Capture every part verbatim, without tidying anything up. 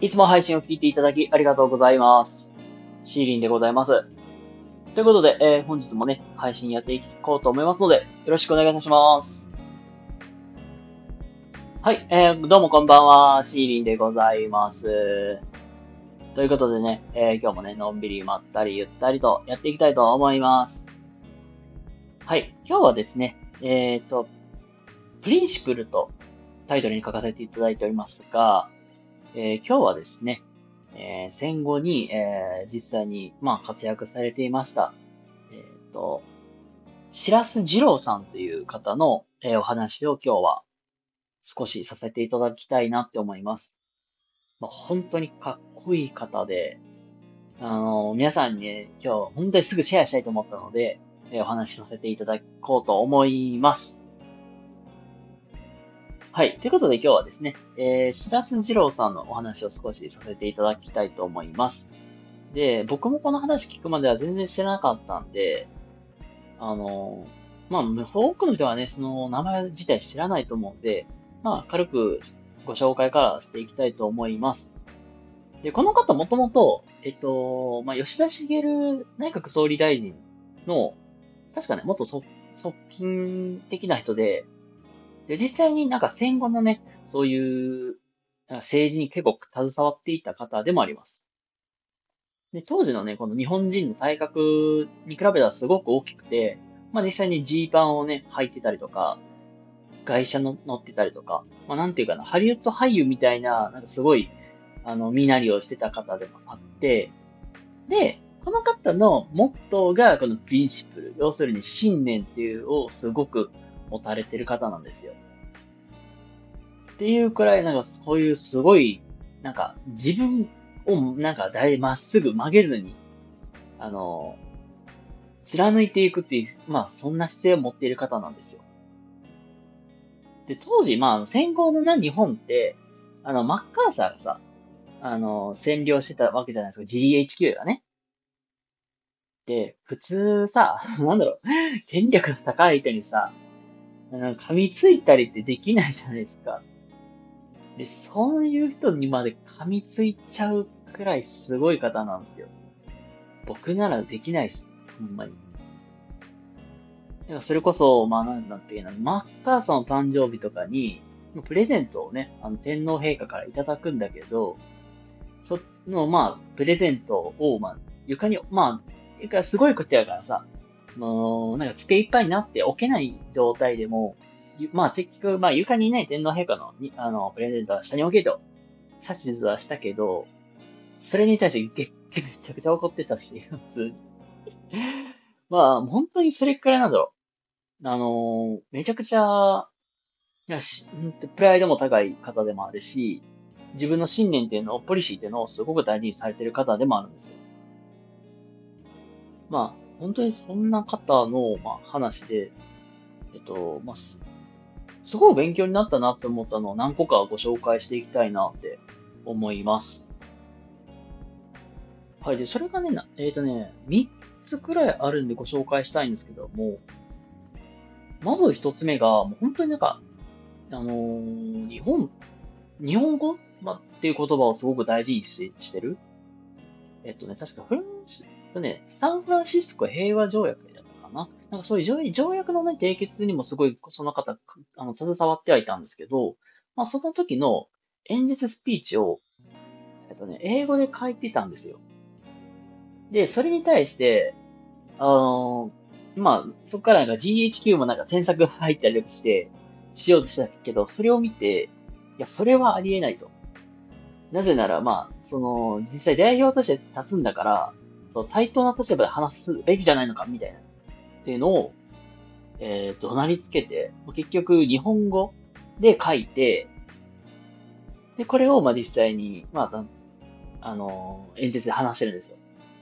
いつも配信を聞いていただきありがとうございます。シーリンでございます。ということで、えー、本日もね、配信やっていこうと思いますので、よろしくお願いいたします。はい、えー、どうもこんばんは、シーリンでございます。ということでね、えー、今日もね、のんびりまったりゆったりとやっていきたいと思います。はい、今日はですね、えーと、プリンシプルとタイトルに書かせていただいておりますが、えー、今日はですね、えー、戦後に、えー、実際に、まあ、活躍されていました、えっと、白洲二郎さんという方の、えー、お話を今日は少しさせていただきたいなって思います。まあ、本当にかっこいい方で、あのー皆さんにね、今日本当にすぐシェアしたいと思ったので、えーお話しさせていただこうと思います。はい。ということで今日はですね、えー、白洲二郎さんのお話を少しさせていただきたいと思います。で、僕もこの話聞くまでは全然知らなかったんで、あの、まあ、多くの人はね、その名前自体知らないと思うんで、まあ、軽くご紹介からしていきたいと思います。で、この方もともと、えっと、まあ、吉田茂内閣総理大臣の、確かね、元側側近的な人で、で、実際になんか戦後のね、そういう政治に結構携わっていた方でもあります。で、当時のね、この日本人の体格に比べたらすごく大きくて、まあ実際にジーパンをね、履いてたりとか、外車の乗ってたりとか、まあなんていうかな、ハリウッド俳優みたいな、なんかすごい、あの、身なりをしてた方でもあって、で、この方のモットーがこのプリンシプル、要するに信念っていうのをすごく持たれてる方なんですよ。っていうくらい、なんかそういうすごい、なんか自分をなんか大まっすぐ曲げずに、あの、貫いていくっていう、まあそんな姿勢を持っている方なんですよ。で、当時、まあ戦後のな日本って、あの、マッカーサーがさ、あの、占領してたわけじゃないですか。ジーエイチキュー がね。で、普通さ、なんだろう、権力の高い人にさ、あの噛みついたりってできないじゃないですか。で、そういう人にまで噛みついちゃうくらいすごい方なんですよ。僕ならできないっす。ほんまに。いやそれこそ、まあなんだっけな、マッカーサーの誕生日とかに、プレゼントをね、あの天皇陛下からいただくんだけど、その、まあ、プレゼントを、まあ、床に、まあ、床すごいことやからさ、もう、なんか机いっぱいになって置けない状態でも、ゆまあ結局、まあ床にね、天皇陛下のに、あの、プレゼントは下に置けと、指図はしたけど、それに対してげめちゃくちゃ怒ってたし、普通に。まあ、本当にそれくらいなんだろう。あのーめちゃくちゃ、いやしプライドも高い方でもあるし、自分の信念っていうのを、ポリシーっていうのをすごく大事にされてる方でもあるんですよ。まあ、本当にそんな方の、まあ、話で、えっと、まあ、す、すごい勉強になったなって思ったのを何個かご紹介していきたいなって思います。はい。で、それがね、なえっとね、みっつくらいあるんでご紹介したいんですけども、まず一つ目が、もう本当になんか、あのー日本、日本語、まあ、っていう言葉をすごく大事にし、してる。えっとね、確かフランス、えっとね、サンフランシスコ平和条約だったかな。なんかそういう条条約のね、締結にもすごい、その方、あの、携わってはいたんですけど、まあ、その時の演説スピーチを、えっとね、英語で書いてたんですよ。で、それに対して、あのーまあ、そこからなんか ジーエイチキュー もなんか添削が入ったりとかして、しようとしたけど、それを見て、いや、それはありえないと。なぜなら、まあ、その、実際代表として立つんだから、その対等な立場で話すべきじゃないのか、みたいな。っていうのを、えー、怒鳴りつけて、結局、日本語で書いて、で、これを、まあ実際に、まあ、あのー演説で話してるんですよ。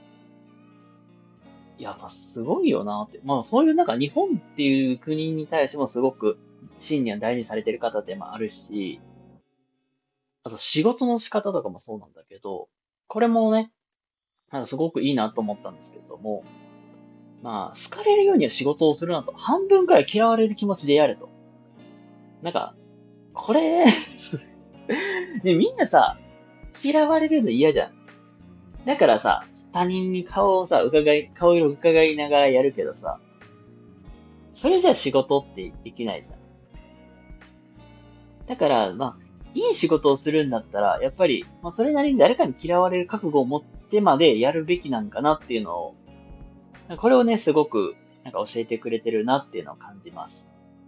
やっぱすごいよなって。まあそういうなんか日本っていう国に対してもすごく信念を大事にされてる方でもあるし、あと仕事の仕方とかもそうなんだけど、これもね、なんかすごくいいなと思ったんですけれども、まあ、好かれるようには仕事をするなと。半分くらい嫌われる気持ちでやれと。なんか、これね、みんなさ、 嫌われるの嫌じゃん。だからさ、他人に顔をさ、伺い、顔色伺いながらやるけどさ、それじゃ仕事ってできないじゃん。だから、まあ、いい仕事をするんだったら、やっぱり、まあ、それなりに誰かに嫌われる覚悟を持ってまでやるべきなんかなっていうのを、これをね、すごく、なんか教えてくれてるなっていうのを感じます。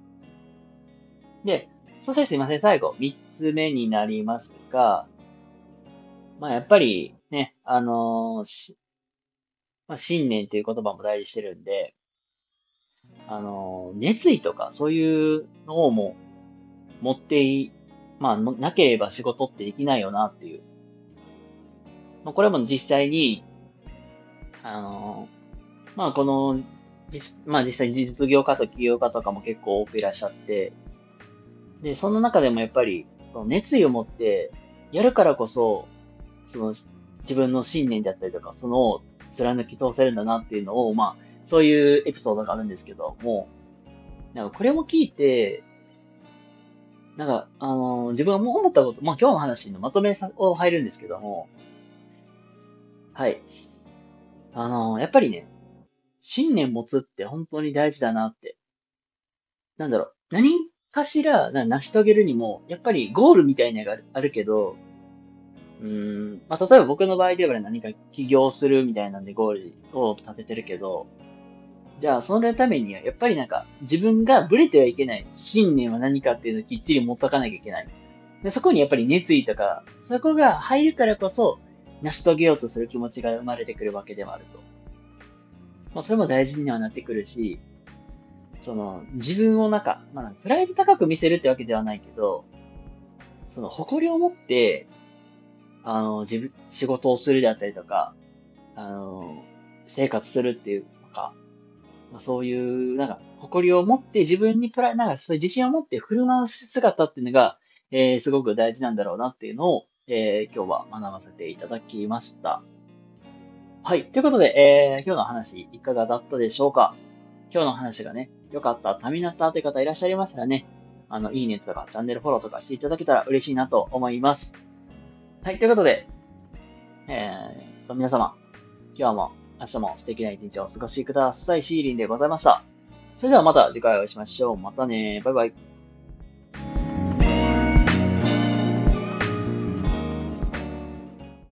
で、そしてすいません、最後、三つ目になりますが、まあ、やっぱり、ね、あのーしまあ、信念という言葉も大事してるんで、あのー熱意とかそういうのをもう持ってい、まあ、もなければ仕事ってできないよなっていう。まあ、これも実際に、あのーまあ、この、実、まあ実際実業家と起業家とかも結構多くいらっしゃって、で、その中でもやっぱり、その熱意を持ってやるからこそ、その自分の信念だったりとか、そのを貫き通せるんだなっていうのを、まあ、そういうエピソードがあるんですけども、なんかこれも聞いて、なんか、あのー自分がもう思ったこと、まあ今日の話のまとめさを入るんですけども、はい。あのーやっぱりね、信念持つって本当に大事だなって。なんだろう、何かしらな成し遂げるにも、やっぱりゴールみたいなのがあるあるけど、うーん、まあ例えば僕の場合で言えば何か起業するみたいなんでゴールを立ててるけど、じゃあ、そのためには、やっぱりなんか、自分がブレてはいけない。信念は何かっていうのをきっちり持っとかなきゃいけない。で、そこにやっぱり熱意とか、そこが入るからこそ、成し遂げようとする気持ちが生まれてくるわけでもあると。まあ、それも大事にはなってくるし、その、自分をなんか、まあ、プライド高く見せるってわけではないけど、その、誇りを持って、あの、自分、仕事をするであったりとか、あの、生活するっていう、なんか、まあそういう、なんか、誇りを持って自分にプライ、なんかそういう自信を持って振る舞う姿っていうのが、えー、すごく大事なんだろうなっていうのを、えー、今日は学ばせていただきました。はい。ということで、えー、今日の話いかがだったでしょうか？今日の話がね、良かった、ためになったという方いらっしゃいましたらね、あの、いいねとかチャンネルフォローとかしていただけたら嬉しいなと思います。はい。ということで、えーと、皆様、今日も明日も素敵な一日をお過ごしください。シーリンでございました。それではまた次回お会いしましょう。またね。バイバイ。